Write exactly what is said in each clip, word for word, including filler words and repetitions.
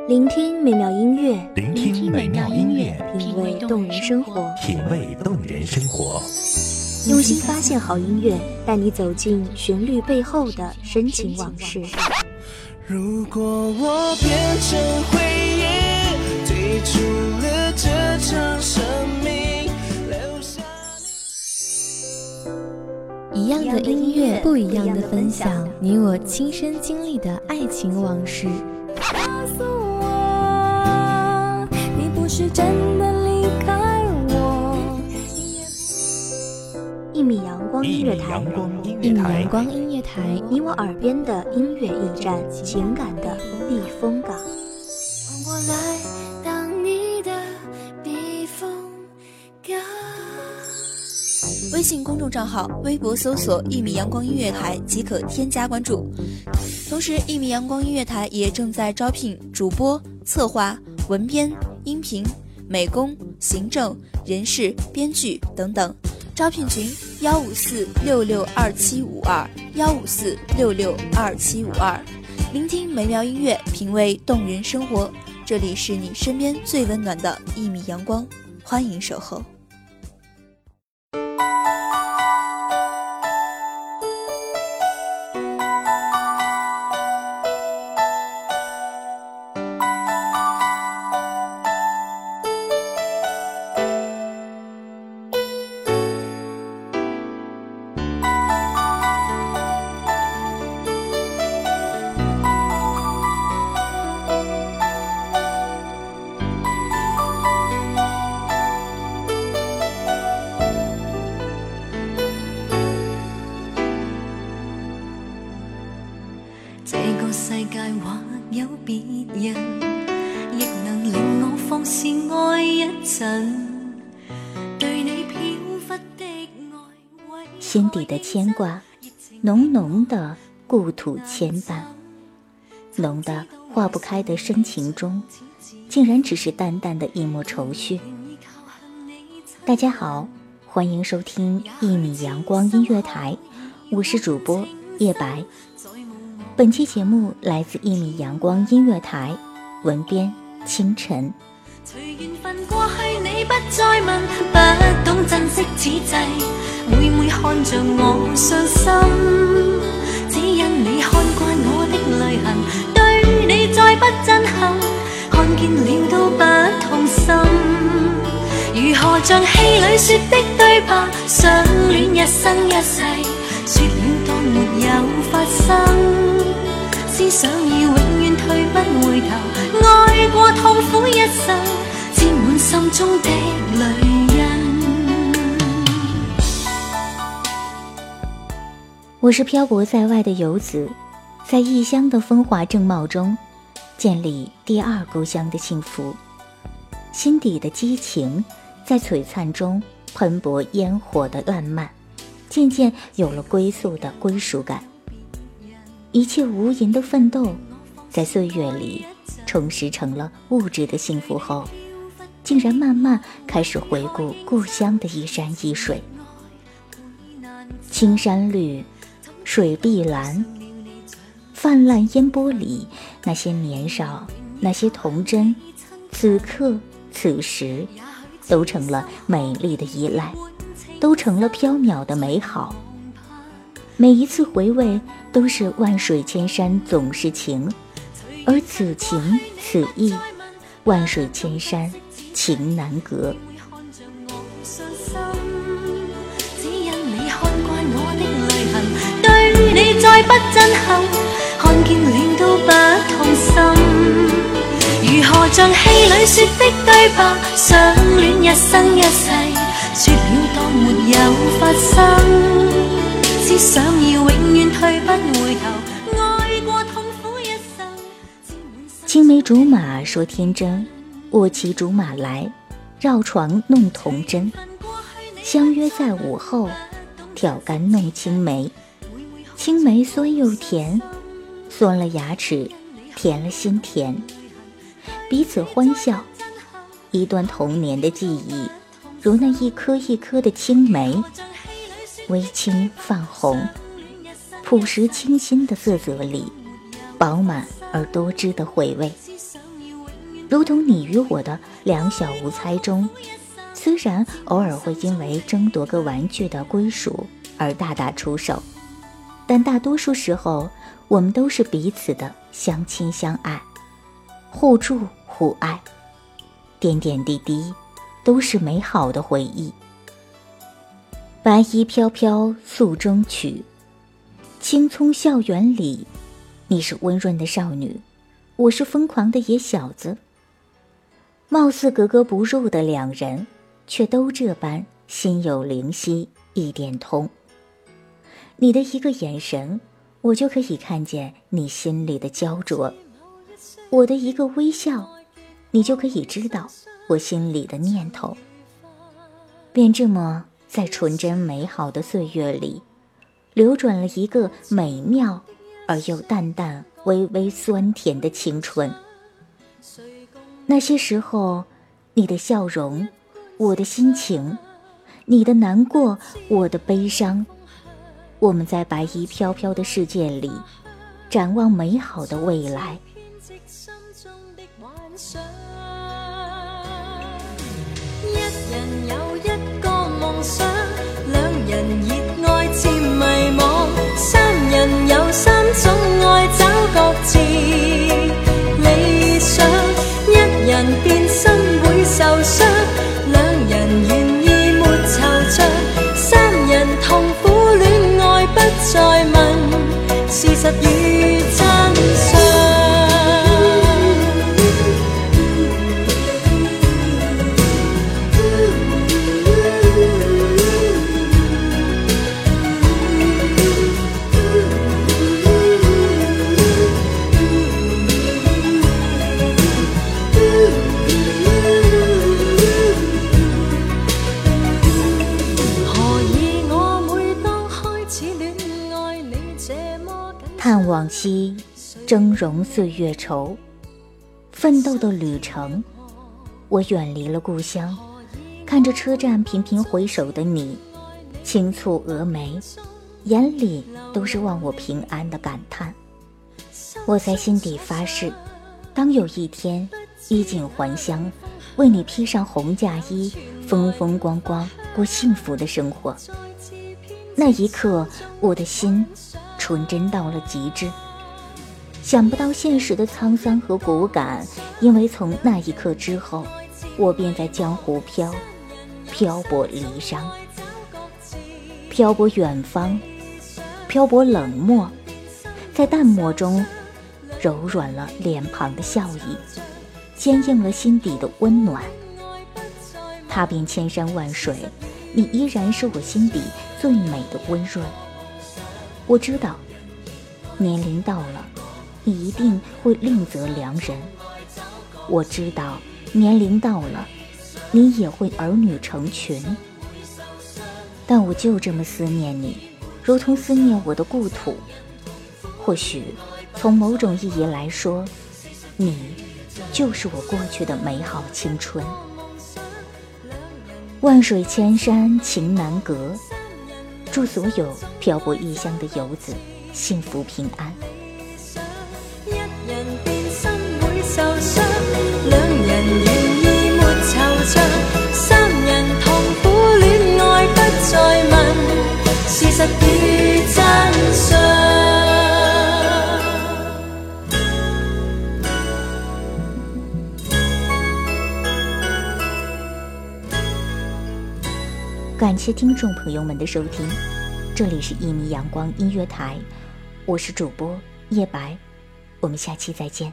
聆听美妙音乐， 聆听美妙音乐， 品味动人生活， 品味动人生活。 用心发现好音乐，带你走进旋律背后的深情往事。 如果我变成回忆，退出了这场生命，留下一样的音乐，不一样的分享，你我亲身经历的爱情往事。 告诉我，你不是真的离开我。 一米阳光音乐台， 一米阳光音乐台， 你我耳边的音乐驿站，情感的避风港。 我来当你的避风港。 微信公众账号、微博搜索“一米阳光音乐台”即可添加关注。同时，一米阳光音乐台也正在招聘主播、策划、文编、音频、美工、行政、人事、编剧等等。招聘群：幺五四六六二七五二幺五四六六二七五二。聆听美妙音乐，品味动人生活。这里是你身边最温暖的一米阳光，欢迎守候。 這個世界或有別人，亦能令我放肆愛一陣，對你飄忽的愛。 心底的牽掛，濃濃的故土牽絆，濃得化不開的深情中，竟然只是淡淡的一抹愁緒。大家好，歡迎收聽一米陽光音樂台，我是主播葉白。本期節目來自一米陽光音樂台，文編清晨。 隨緣分過去你不再問，不懂珍惜此際，每每看着我傷心，只因你看慣我的淚痕，對你再不震撼，看見了都不痛心。如何像戲裏說的對白，相戀一生一世，說了當沒有發生，思想已永遠退不回頭，愛過痛苦一生，沾滿心中的淚印。 我是漂泊在外的游子，在異鄉的風華正茂中建立第二故鄉的幸福，心底的激情在璀璨中噴薄煙火的爛漫，漸漸有了歸宿的歸屬感。一切無垠的奮鬥，在歲月裡充實成了物質的幸福後，竟然慢慢開始回顧故鄉的一山一水。青山綠，水碧藍，泛濫煙波裡，那些年少，那些童真，此刻此時都成了美麗的依賴，都成了飄渺的美好。每一次回味都是萬水千山總是情，而此情此意，萬水千山情難隔。 只因你看慣我的淚痕，對你再不震撼，看見了都不痛心。如何像戲裏說的對白，相戀一生一世，說了當沒有發生，思想要永遠退不回頭，愛過痛苦一生。 青梅竹馬說天真，我騎竹馬來，繞床弄童真。相約在午後，挑竿弄青梅。青梅酸又甜，酸了牙齒，甜了心田。彼此歡笑，一段童年的記憶，如那一顆一顆的青梅，微青泛紅，朴實清新的色澤裡，飽滿而多汁的回味。 如同你与我的两小无猜中，虽然偶尔会因为争夺个玩具的归属而大打出手，但大多数时候我们都是彼此的相亲相爱，互助互爱，点点滴滴都是美好的回忆。白衣飘飘诉衷曲，青葱校园里，你是温润的少女，我是疯狂的野小子。貌似格格不入的两人，却都这般心有灵犀一点通。你的一个眼神，我就可以看见你心里的焦灼；我的一个微笑，你就可以知道我心里的念头。便这么在纯真美好的岁月里，流转了一个美妙而又淡淡微微酸甜的青春。那些时候，你的笑容，我的心情，你的难过，我的悲伤，我们在白衣飘飘的世界里展望美好的未来。 一人有一個夢想，兩人熱愛漸迷惘，三人有三種愛找各自理想，一人變心會受傷，兩人願意沒惆悵，三人痛苦戀愛不再問事實與真相。 叹往昔峥嵘岁月稠，奋斗的旅程，我远离了故乡，看着车站频频回首的你，轻蹙蛾眉，眼里都是望我平安的感叹。我在心底发誓，当有一天衣锦还乡，为你披上红嫁衣，风风光光过幸福的生活，那一刻我的心纯真到了极致。想不到现实的沧桑和骨感，因为从那一刻之后，我便在江湖飘漂泊离殇，漂泊远方，漂泊冷漠，在淡漠中柔软了脸庞的笑意，坚硬了心底的温暖。踏遍千山万水，你依然是我心底最美的温润。我知道年龄到了，你一定会另择良人。我知道年龄到了，你也会儿女成群。但我就这么思念你，如同思念我的故土。或许从某种意义来说，你就是我过去的美好青春。万水千山情难隔，祝所有漂泊异乡的游子幸福平安。 一人變心會受傷，兩人願意沒惆悵，三人痛苦戀愛不再問事實與真相。 感谢听众朋友们的收听，这里是一米阳光音乐台，我是主播叶白，我们下期再见。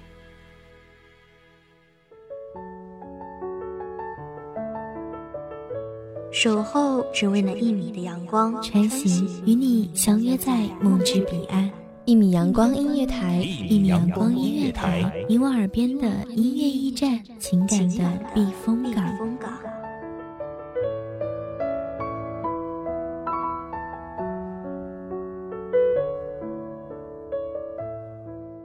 守候只为那一米的阳光， 穿行与你相约在梦之彼岸。一米阳光音乐台，一米阳光音乐台，你我耳边的音乐驿站，情感的避风港。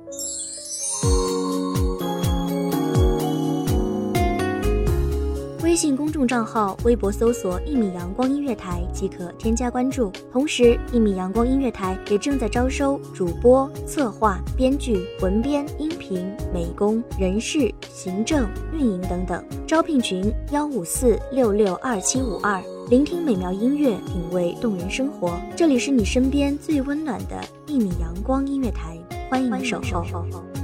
微信公众账号、微博搜索一米阳光音乐台即可添加关注。同时，一米阳光音乐台也正在招收主播、策划、编剧、文编、音频、美工、人事、行政、运营等等。招聘群幺五四六六二七五二。聆听美妙音乐，品味动人生活。这里是你身边最温暖的一米阳光音乐台，欢迎守候。